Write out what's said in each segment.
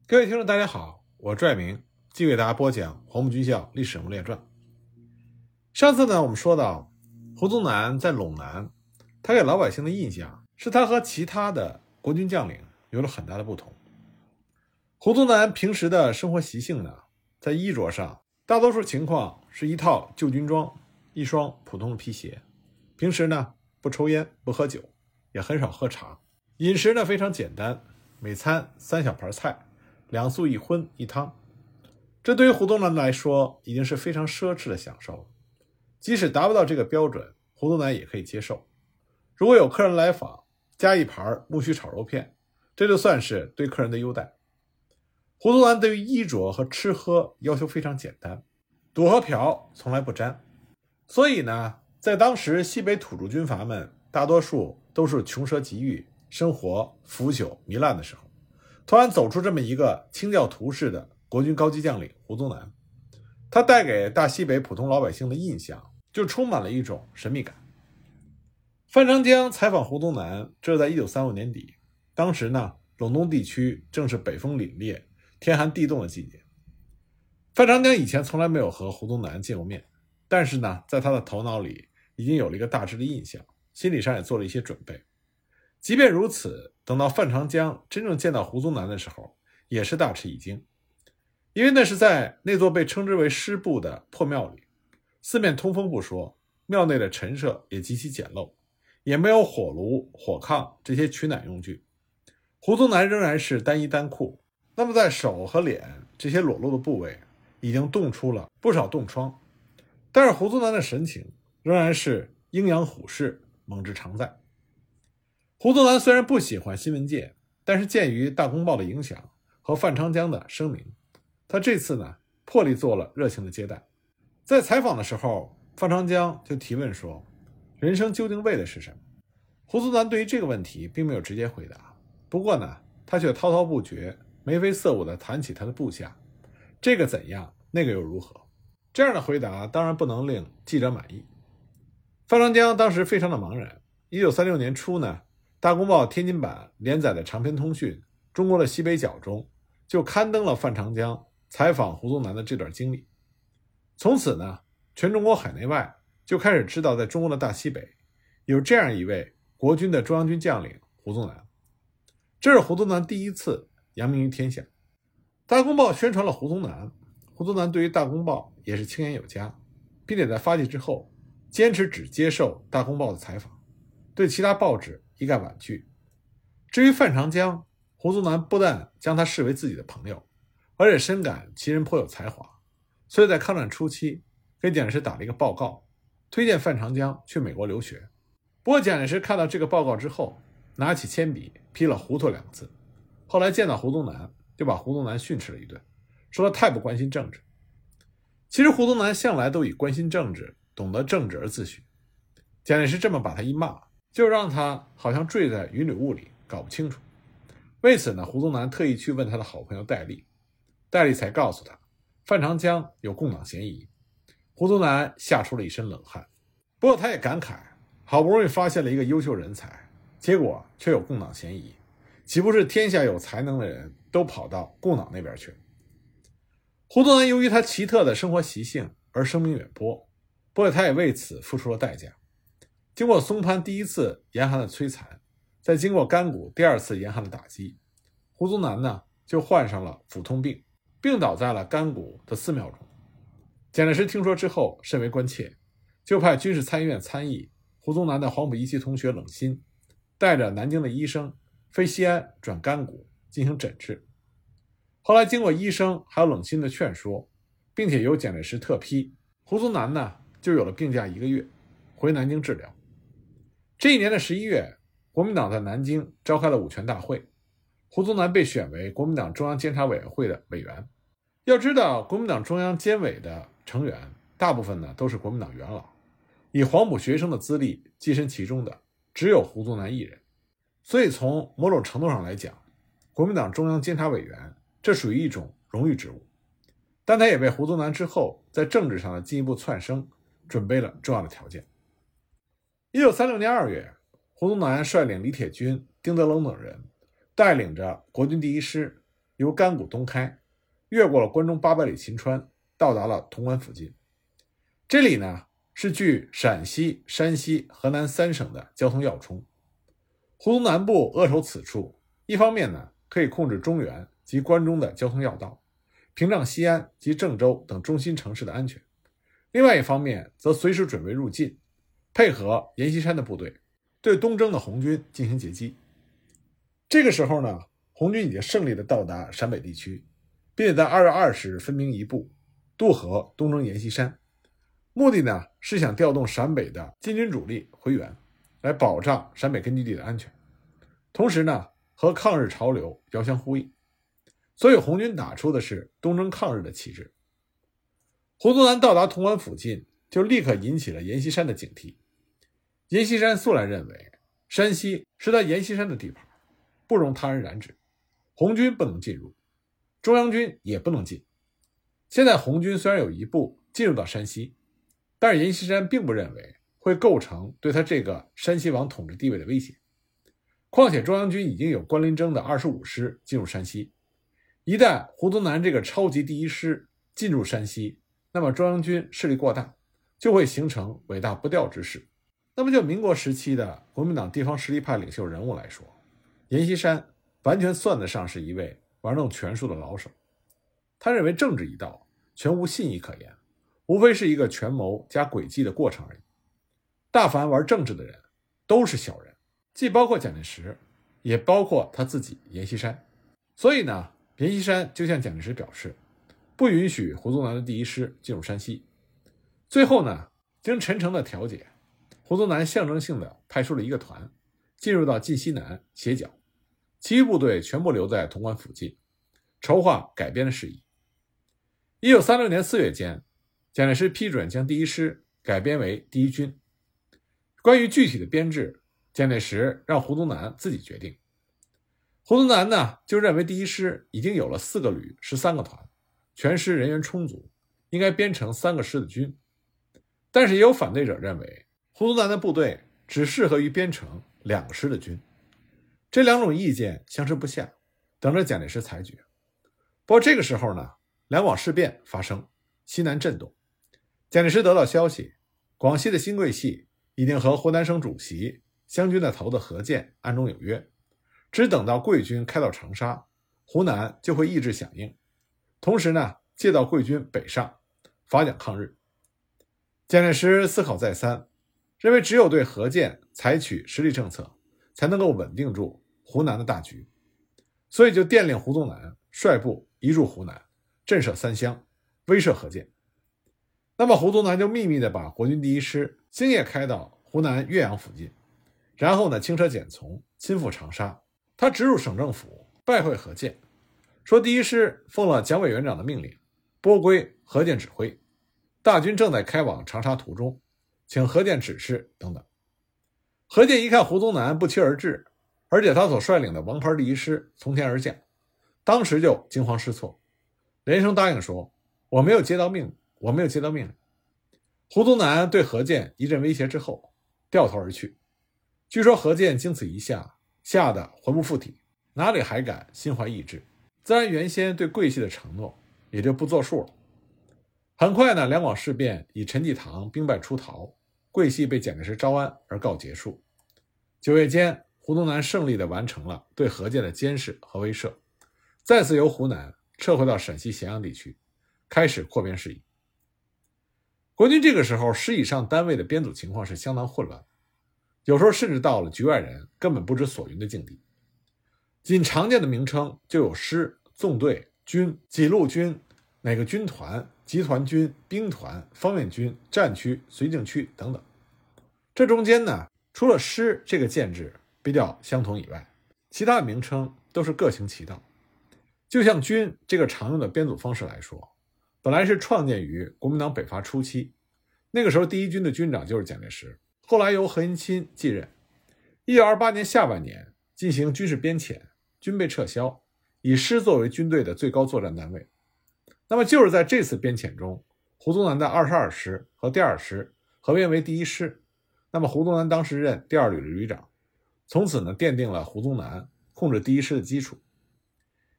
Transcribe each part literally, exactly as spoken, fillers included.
各位听众大家好，我是朱爱明，继续给大家播讲黄埔军校历史人物列传。上次呢我们说到胡宗南在陇南，他给老百姓的印象是他和其他的国军将领有了很大的不同。胡宗南平时的生活习性呢，在衣着上大多数情况是一套旧军装，一双普通的皮鞋，平时呢不抽烟不喝酒，也很少喝茶，饮食呢非常简单，每餐三小盘菜，两素一荤一汤，这对于胡宗南来说已经是非常奢侈的享受了。即使达不到这个标准，胡宗南也可以接受。如果有客人来访，加一盘木须炒肉片，这就算是对客人的优待。胡宗南对于衣着和吃喝要求非常简单，赌和嫖从来不沾。所以呢，在当时西北土著军阀们大多数都是穷奢极欲，生活腐朽糜烂的时候，突然走出这么一个清教徒式的国军高级将领胡宗南，他带给大西北普通老百姓的印象就充满了一种神秘感。范长江采访胡宗南，这是在一九三五年底，当时呢陇东地区正是北风凛冽天寒地冻的季节。范长江以前从来没有和胡宗南见过面，但是呢在他的头脑里已经有了一个大致的印象，心理上也做了一些准备。即便如此，等到范长江真正见到胡宗南的时候，也是大吃一惊。因为那是在那座被称之为师部的破庙里，四面通风不说，庙内的陈设也极其简陋，也没有火炉火炕这些取暖用具。胡宗南仍然是单衣单裤，那么在手和脸这些裸露的部位已经冻出了不少冻疮，但是胡宗南的神情仍然是阴阳虎视，猛志常在。胡宗南虽然不喜欢新闻界，但是鉴于大公报的影响和范长江的声明，他这次呢破例做了热情的接待。在采访的时候，范长江就提问说，人生究竟为的是什么？胡宗南对于这个问题并没有直接回答，不过呢他却滔滔不绝，眉飞色舞地谈起他的部下，这个怎样，那个又如何。这样的回答当然不能令记者满意。范长江当时非常的茫然。一九三六年初呢，大公报天津版连载的长篇通讯《中国的西北角》中就刊登了范长江采访胡宗南的这段经历。从此呢，全中国海内外就开始知道，在中国的大西北有这样一位国军的中央军将领胡宗南。这是胡宗南第一次扬名于天下。大公报宣传了胡宗南，胡宗南对于大公报也是青眼有加，并且在发迹之后坚持只接受大公报的采访，对其他报纸一概婉拒。至于范长江，胡宗南不但将他视为自己的朋友，而且深感其人颇有才华，所以在抗战初期给蒋介石打了一个报告，推荐范长江去美国留学。不过蒋介石看到这个报告之后，拿起铅笔批了糊涂两个字，后来见到胡宗南就把胡宗南训斥了一顿，说他太不关心政治。其实胡宗南向来都以关心政治懂得政治而自诩，蒋介石这么把他一骂，就让他好像坠在云里雾里，搞不清楚。为此呢，胡宗南特意去问他的好朋友戴笠，戴笠才告诉他范长江有共党嫌疑。胡宗南吓出了一身冷汗。不过他也感慨，好不容易发现了一个优秀人才，结果却有共党嫌疑，岂不是天下有才能的人都跑到共党那边去了？胡宗南由于他奇特的生活习性而声名远播，不过他也为此付出了代价。经过松潘第一次严寒的摧残，再经过甘谷第二次严寒的打击，胡宗南呢就患上了腹痛病，病倒在了甘谷的寺庙中。蒋介石听说之后甚为关切，就派军事参议院参议胡宗南的黄埔一期同学冷心带着南京的医生飞西安转甘谷进行诊治。后来经过医生还有冷心的劝说，并且由蒋介石特批，胡宗南呢就有了病假一个月，回南京治疗。这一年的十一月，国民党在南京召开了五全大会，胡宗南被选为国民党中央监察委员会的委员。要知道，国民党中央监委的成员大部分呢都是国民党元老，以黄埔学生的资历跻身其中的只有胡宗南一人。所以从某种程度上来讲，国民党中央监察委员这属于一种荣誉职务，但他也为胡宗南之后在政治上的进一步窜升准备了重要的条件。一九三六年二月，胡宗南率领李铁军、丁德龙等人，带领着国军第一师由甘谷东开，越过了关中八百里秦川，到达了潼关附近。这里呢是距陕西、山西、河南三省的交通要冲。胡宗南部扼守此处，一方面呢可以控制中原及关中的交通要道，屏障西安及郑州等中心城市的安全；另外一方面则随时准备入晋，配合阎锡山的部队对东征的红军进行截击。这个时候呢，红军已经胜利地到达陕北地区，并且在二月二十日分兵一部渡河东征阎锡山，目的呢是想调动陕北的金军主力回援，来保障陕北根据地的安全，同时呢和抗日潮流遥相呼应。所以红军打出的是东征抗日的旗帜。胡宗南到达潼关附近，就立刻引起了阎锡山的警惕。阎锡山素来认为山西是他阎锡山的地盘，不容他人染指，红军不能进入，中央军也不能进。现在红军虽然有一部进入到山西，但是阎锡山并不认为会构成对他这个山西王统治地位的威胁。况且中央军已经有关林征的二十五师进入山西，一旦胡宗南这个超级第一师进入山西，那么中央军势力过大，就会形成尾大不掉之势。那么就民国时期的国民党地方实力派领袖人物来说，阎锡山完全算得上是一位玩弄权术的老手。他认为政治一道全无信义可言，无非是一个权谋加诡计的过程而已。大凡玩政治的人都是小人，既包括蒋介石，也包括他自己阎锡山。所以呢，阎锡山就向蒋介石表示，不允许胡宗南的第一师进入山西。最后呢，经陈诚的调解，胡宗南象征性的派出了一个团进入到晋西南斜角，其余部队全部留在潼关附近，筹划改编的事宜。一九三六年四月间，蒋介石批准将第一师改编为第一军。关于具体的编制，蒋介石让胡宗南自己决定。胡宗南呢，就认为第一师已经有了四个旅、十三个团，全师人员充足，应该编成三个师的军。但是也有反对者认为，胡宗南的部队只适合于编成两个师的军。这两种意见相持不下，等着蒋介石裁决。不过这个时候呢，两广事变发生，西南震动。蒋介石得到消息，广西的新桂系已经和湖南省主席、湘军的头子何键暗中有约，只等到桂军开到长沙，湖南就会意志响应，同时呢借道桂军北上，伐蒋抗日。蒋介石思考再三，认为只有对何键采取实力政策，才能够稳定住湖南的大局，所以就电令胡宗南率部移驻湖南，震慑三湘，威慑何键。那么胡宗南就秘密地把国军第一师星夜开到湖南岳阳附近，然后呢轻车简从，亲赴长沙。他直入省政府，拜会何键，说第一师奉了蒋委员长的命令，拨归何键指挥，大军正在开往长沙途中，请何键指示等等。何键一看胡宗南不期而至，而且他所率领的王牌第一师从天而降，当时就惊慌失措，连声答应说，我没有接到命令，我没有接到命令。胡宗南对何键一阵威胁之后，掉头而去。据说何键经此一下，吓得魂不附体，哪里还敢心怀异志，自然原先对桂系的承诺也就不作数了。很快呢，两广事变以陈济棠兵败出逃，桂系被蒋介石招安而告结束。九月间，胡宗南胜利地完成了对何键的监视和威慑，再次由湖南撤回到陕西咸阳地区，开始扩编事宜。国军这个时候师以上单位的编组情况是相当混乱，有时候甚至到了局外人根本不知所云的境地。仅常见的名称就有师、纵队、军、几路军、哪个军团、集团军、兵团、方面军、战区、绥靖区等等。这中间呢，除了师这个建制比较相同以外，其他的名称都是各行其道。就像军这个常用的编组方式来说，本来是创建于国民党北伐初期，那个时候第一军的军长就是蒋介石，后来由何应钦继任。一九二八年下半年进行军事编遣，军被撤销，以师作为军队的最高作战单位。那么就是在这次编遣中，胡宗南的二十二师和第二师合编为第一师，那么胡宗南当时任第二旅的旅长，从此呢奠定了胡宗南控制第一师的基础。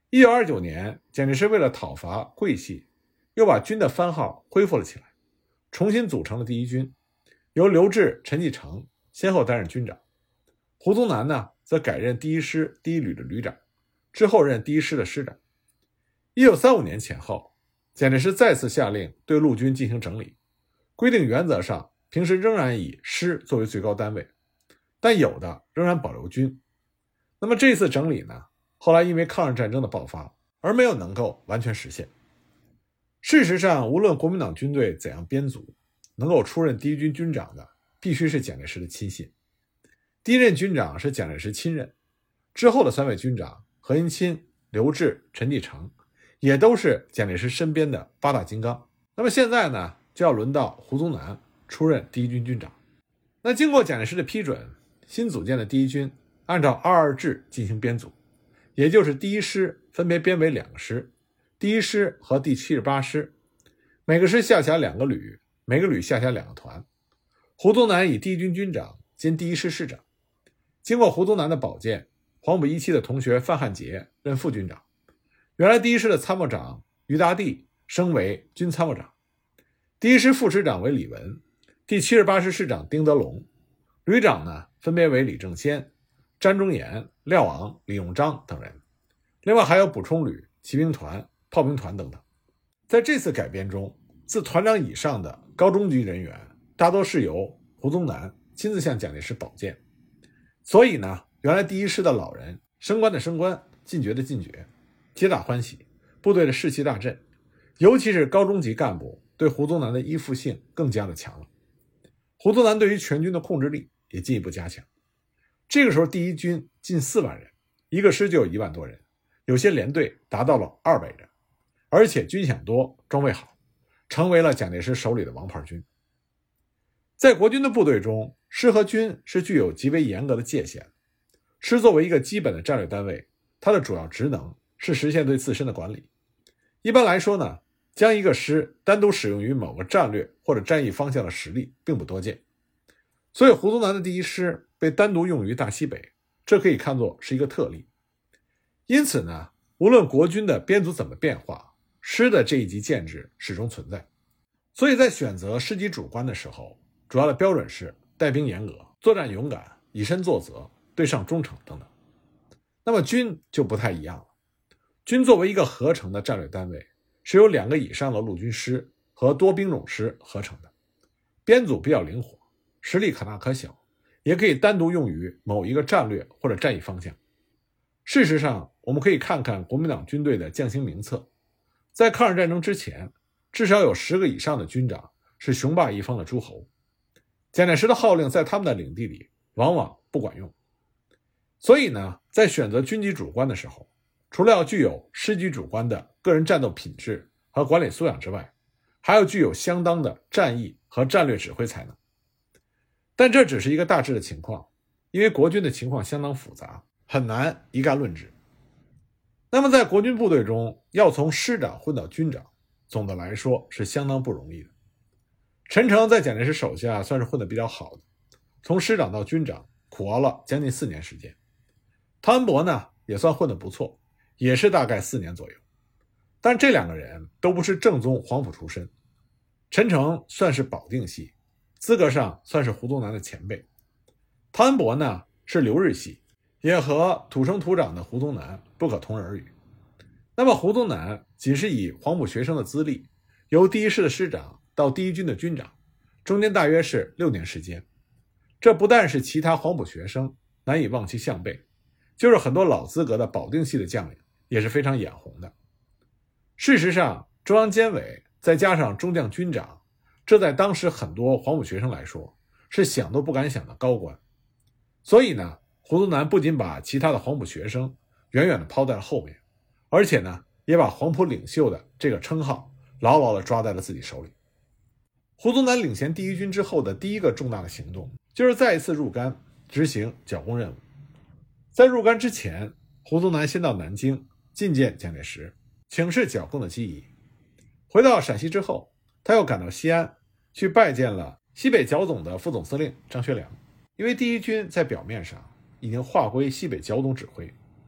一九二九年，蒋介石为了讨伐桂系，又把军的番号恢复了起来，重新组成了第一军，由刘峙、陈继承先后担任军长。胡宗南呢，则改任第一师第一旅的旅长，之后任第一师的师长。一九三五年前后，蒋介石再次下令对陆军进行整理，规定原则上平时仍然以师作为最高单位，但有的仍然保留军。那么这次整理呢，后来因为抗日战争的爆发而没有能够完全实现。事实上，无论国民党军队怎样编组，能够出任第一军军长的必须是蒋介石的亲信。第一任军长是蒋介石亲任，之后的三位军长何应钦、刘峙、陈继承也都是蒋介石身边的八大金刚。那么现在呢，就要轮到胡宗南出任第一军军长。那经过蒋介石的批准，新组建的第一军按照二二制进行编组，也就是第一师分别编为两个师，第一师和第七十八师，每个师下辖两个旅，每个旅下辖两个团。胡宗南以第一军军长兼第一师师长。经过胡宗南的保荐，黄埔一期的同学范汉杰任副军长。原来第一师的参谋长于达第升为军参谋长，第一师副师长为李文，第七十八师师长丁德龙，旅长呢分别为李正先、詹忠言、廖昂、李永章等人。另外还有补充旅、骑兵团、炮兵团等等。在这次改编中，自团长以上的高中级人员大多是由胡宗南亲自向蒋介石保荐。所以呢，原来第一师的老人升官的升官，进爵的进爵，皆大欢喜，部队的士气大振，尤其是高中级干部对胡宗南的依附性更加的强了。胡宗南对于全军的控制力也进一步加强。这个时候第一军近四万人，一个师就有一万多人，有些连队达到了二百人，而且军饷多，装备好，成为了蒋介石手里的王牌军。在国军的部队中，师和军是具有极为严格的界限。师作为一个基本的战略单位，它的主要职能是实现对自身的管理。一般来说呢，将一个师单独使用于某个战略或者战役方向的实力并不多见。所以胡宗南的第一师被单独用于大西北，这可以看作是一个特例。因此呢，无论国军的编组怎么变化，师的这一级建制始终存在。所以在选择师级主官的时候，主要的标准是带兵严格、作战勇敢、以身作则、对上忠诚等等。那么军就不太一样了。军作为一个合成的战略单位，是由两个以上的陆军师和多兵种师合成的，编组比较灵活，实力可大可小，也可以单独用于某一个战略或者战役方向。事实上，我们可以看看国民党军队的将星名册，在抗日战争之前，至少有十个以上的军长是雄霸一方的诸侯。蒋介石的号令在他们的领地里往往不管用。所以呢，在选择军级主官的时候，除了要具有师级主官的个人战斗品质和管理素养之外，还要具有相当的战役和战略指挥才能。但这只是一个大致的情况，因为国军的情况相当复杂，很难一概论之。那么在国军部队中，要从师长混到军长，总的来说是相当不容易的。陈诚在蒋介石手下算是混得比较好的，从师长到军长苦熬了将近四年时间。汤恩伯呢也算混得不错，也是大概四年左右。但这两个人都不是正宗黄埔出身。陈诚算是保定系，资格上算是胡宗南的前辈。汤恩伯呢是留日系，也和土生土长的胡宗南不可同日而语。那么胡宗南仅是以黄埔学生的资历，由第一师的师长到第一军的军长，中间大约是六年时间。这不但是其他黄埔学生难以望其项背，就是很多老资格的保定系的将领也是非常眼红的。事实上，中央监委再加上中将军长，这在当时很多黄埔学生来说是想都不敢想的高官。所以呢，胡宗南不仅把其他的黄埔学生远远地抛在了后面，而且呢，也把黄埔领袖的这个称号牢牢地抓在了自己手里。胡宗南领衔第一军之后的第一个重大的行动，就是再一次入甘执行剿共任务。在入甘之前，胡宗南先到南京觐见蒋介石，请示剿共的机宜。回到陕西之后，他又赶到西安去拜见了西北剿总的副总司令张学良。因为第一军在表面上已经划归西北剿总指挥，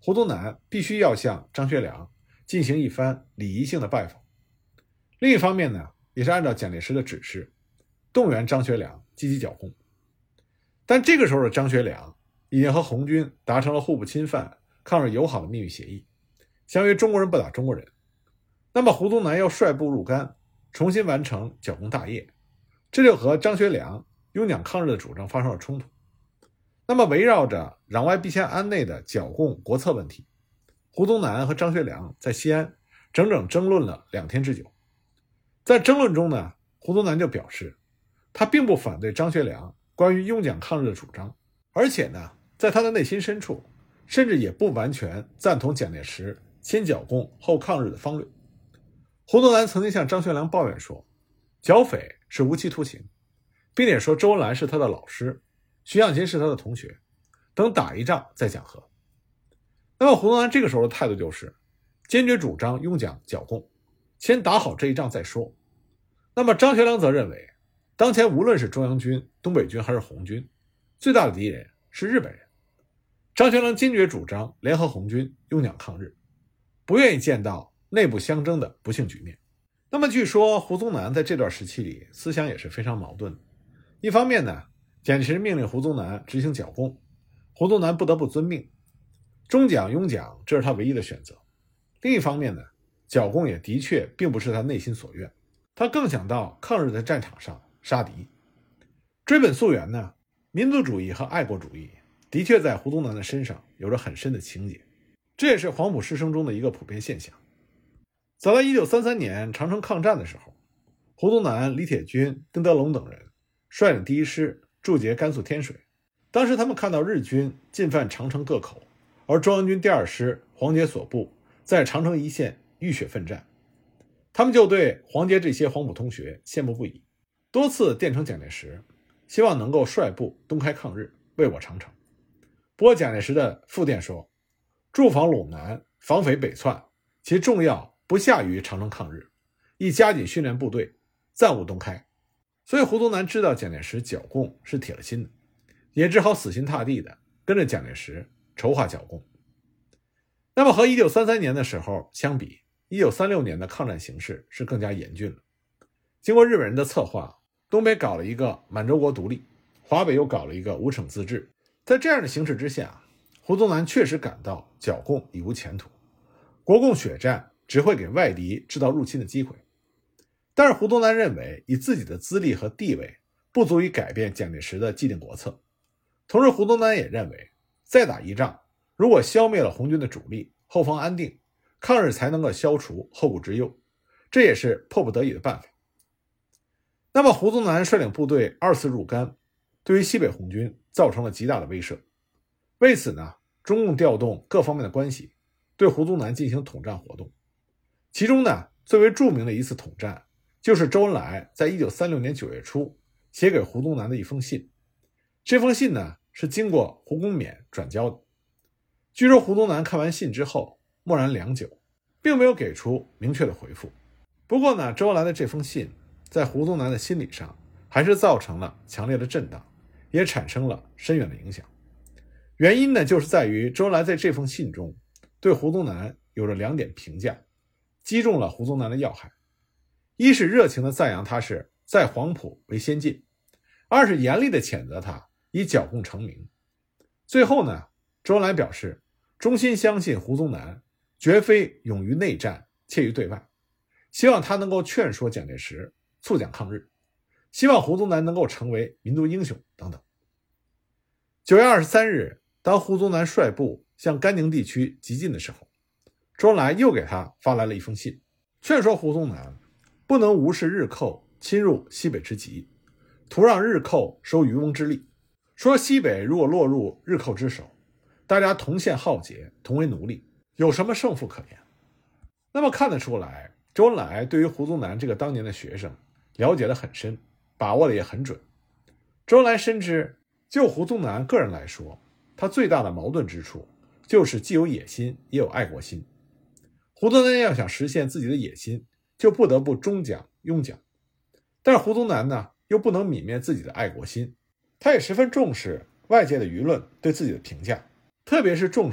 胡宗南必须要向张学良进行一番礼仪性的拜访。另一方面呢，也是按照蒋介石的指示，动员张学良积极剿共。但这个时候的张学良已经和红军达成了互不侵犯、抗日友好的秘密协议，相约中国人不打中国人。那么胡宗南要率部入甘，重新完成剿共大业，这就和张学良拥蒋抗日的主张发生了冲突。那么围绕着攘外必先安内的剿共国策问题，胡宗南和张学良在西安整整争论了两天之久。在争论中呢，胡宗南就表示，他并不反对张学良关于拥蒋抗日的主张，而且呢，在他的内心深处，甚至也不完全赞同蒋介石先剿共后抗日的方略。胡宗南曾经向张学良抱怨说，剿匪是无期徒刑，并且说周恩来是他的老师，徐向前是他的同学，等打一仗再讲和。那么胡宗南这个时候的态度就是坚决主张拥蒋剿共，先打好这一仗再说。那么张学良则认为，当前无论是中央军、东北军还是红军，最大的敌人是日本人。张学良坚决主张联合红军拥蒋抗日，不愿意见到内部相争的不幸局面。那么据说胡宗南在这段时期里思想也是非常矛盾的。一方面呢，蒋介石命令胡宗南执行剿共，胡宗南不得不遵命，中蒋拥蒋这是他唯一的选择。另一方面呢，剿共也的确并不是他内心所愿，他更想到抗日的战场上杀敌。追本溯源呢，民族主义和爱国主义的确在胡宗南的身上有着很深的情结，这也是黄埔师生中的一个普遍现象。早在一九三三年长城抗战的时候，胡宗南、李铁军、丁德龙等人率领第一师驻节甘肃天水。当时他们看到日军进犯长城各口，而中央军第二师黄杰所部在长城一线浴血奋战，他们就对黄杰这些黄埔同学羡慕不已，多次电呈蒋介石，希望能够率部东开抗日，为我长城。不过蒋介石的复电说，驻防陇南，防匪北窜，其重要不下于长城抗日，亦加紧训练部队，暂勿东开。所以胡宗南知道蒋介石剿共是铁了心的，也只好死心塌地的跟着蒋介石筹划剿共。那么和一九三三年的时候相比，一九三六年的抗战形势是更加严峻了。经过日本人的策划，东北搞了一个满洲国独立，华北又搞了一个五省自治。在这样的形势之下，胡宗南确实感到剿共已无前途，国共血战只会给外敌制造入侵的机会。但是胡宗南认为，以自己的资历和地位不足以改变蒋介石的既定国策。同时胡宗南也认为，再打一仗，如果消灭了红军的主力，后方安定，抗日才能够消除后顾之忧，这也是迫不得已的办法。那么胡宗南率领部队二次入甘，对于西北红军造成了极大的威慑。为此呢，中共调动各方面的关系，对胡宗南进行统战活动。其中呢，最为著名的一次统战，就是周恩来在一九三六年九月初写给胡宗南的一封信。这封信呢，是经过胡公勉转交的。据说胡宗南看完信之后默然良久，并没有给出明确的回复。不过呢，周恩来的这封信在胡宗南的心理上还是造成了强烈的震荡，也产生了深远的影响。原因呢，就是在于周恩来在这封信中对胡宗南有着两点评价，击中了胡宗南的要害。一是热情地赞扬他是在黄埔为先进，二是严厉地谴责他以剿共成名。最后呢，周恩来表示衷心相信胡宗南绝非勇于内战，怯于对外，希望他能够劝说蒋介石促蒋抗日，希望胡宗南能够成为民族英雄等等。九月二十三日，当胡宗南率部向甘宁地区急进的时候，周恩来又给他发来了一封信，劝说胡宗南不能无视日寇侵入西北之急，徒让日寇收渔翁之利，说西北如果落入日寇之手，大家同陷浩劫，同为奴隶，有什么胜负可言？那么看得出来，周恩来对于胡宗南这个当年的学生了解得很深，把握的也很准。周恩来深知，就胡宗南个人来说，他最大的矛盾之处就是既有野心也有爱国心。胡宗南要想实现自己的野心，就不得不忠蒋拥蒋，但是胡宗南呢，又不能泯灭自己的爱国心。他也十分重视外界的舆论对自己的评价，特别是重视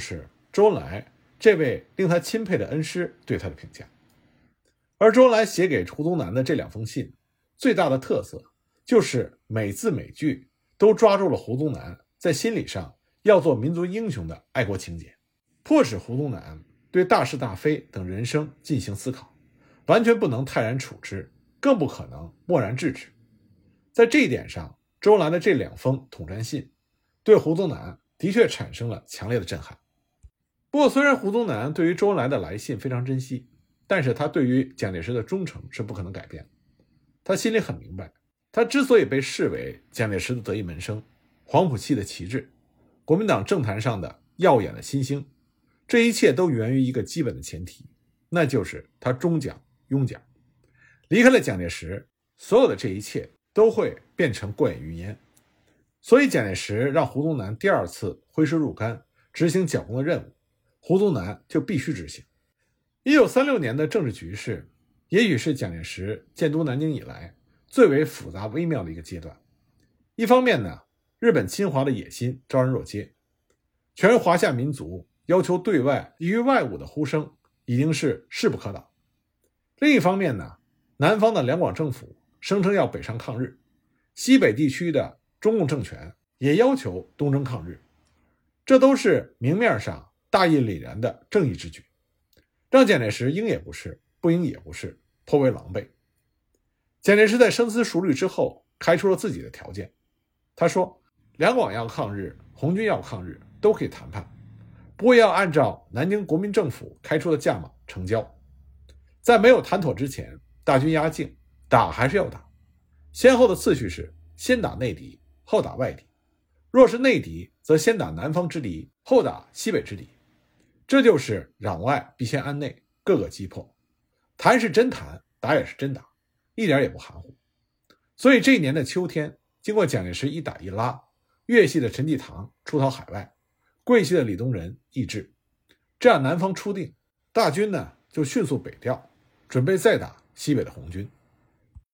周恩来这位令他钦佩的恩师对他的评价。而周恩来写给胡宗南的这两封信，最大的特色就是每字每句都抓住了胡宗南在心理上要做民族英雄的爱国情节，迫使胡宗南对大是大非等人生进行思考，完全不能泰然处之，更不可能漠然置之。在这一点上，周恩来的这两封统战信对胡宗南的确产生了强烈的震撼。不过虽然胡宗南对于周恩来的来信非常珍惜，但是他对于蒋介石的忠诚是不可能改变。他心里很明白，他之所以被视为蒋介石的得意门生，黄埔系的旗帜，国民党政坛上的耀眼的新星，这一切都源于一个基本的前提，那就是他忠蒋拥蒋。离开了蒋介石，所有的这一切都会变成过眼云烟。所以蒋介石让胡宗南第二次挥师入甘，执行剿共的任务，胡宗南就必须执行。一九三六年的政治局势也许是蒋介石建都南京以来最为复杂微妙的一个阶段。一方面呢，日本侵华的野心昭然若揭，全华夏民族要求对外抵御外侮的呼声已经是势不可挡。另一方面呢，南方的两广政府声称要北上抗日，西北地区的中共政权也要求东征抗日，这都是明面上大义凛然的正义之举，让蒋介石应也不是，不应也不是，颇为狼狈。蒋介石在深思熟虑之后开出了自己的条件。他说，两广要抗日，红军要抗日，都可以谈判，不过要按照南京国民政府开出的价码成交。在没有谈妥之前，大军压境，打还是要打，先后的次序是先打内敌，后打外敌。若是内敌，则先打南方之敌，后打西北之敌。这就是攘外必先安内，各个击破。谈是真谈，打也是真打，一点也不含糊。所以这一年的秋天，经过蒋介石一打一拉，粤系的陈济棠出逃海外，桂系的李东仁易帜，这样南方初定，大军呢就迅速北调，准备再打西北的红军。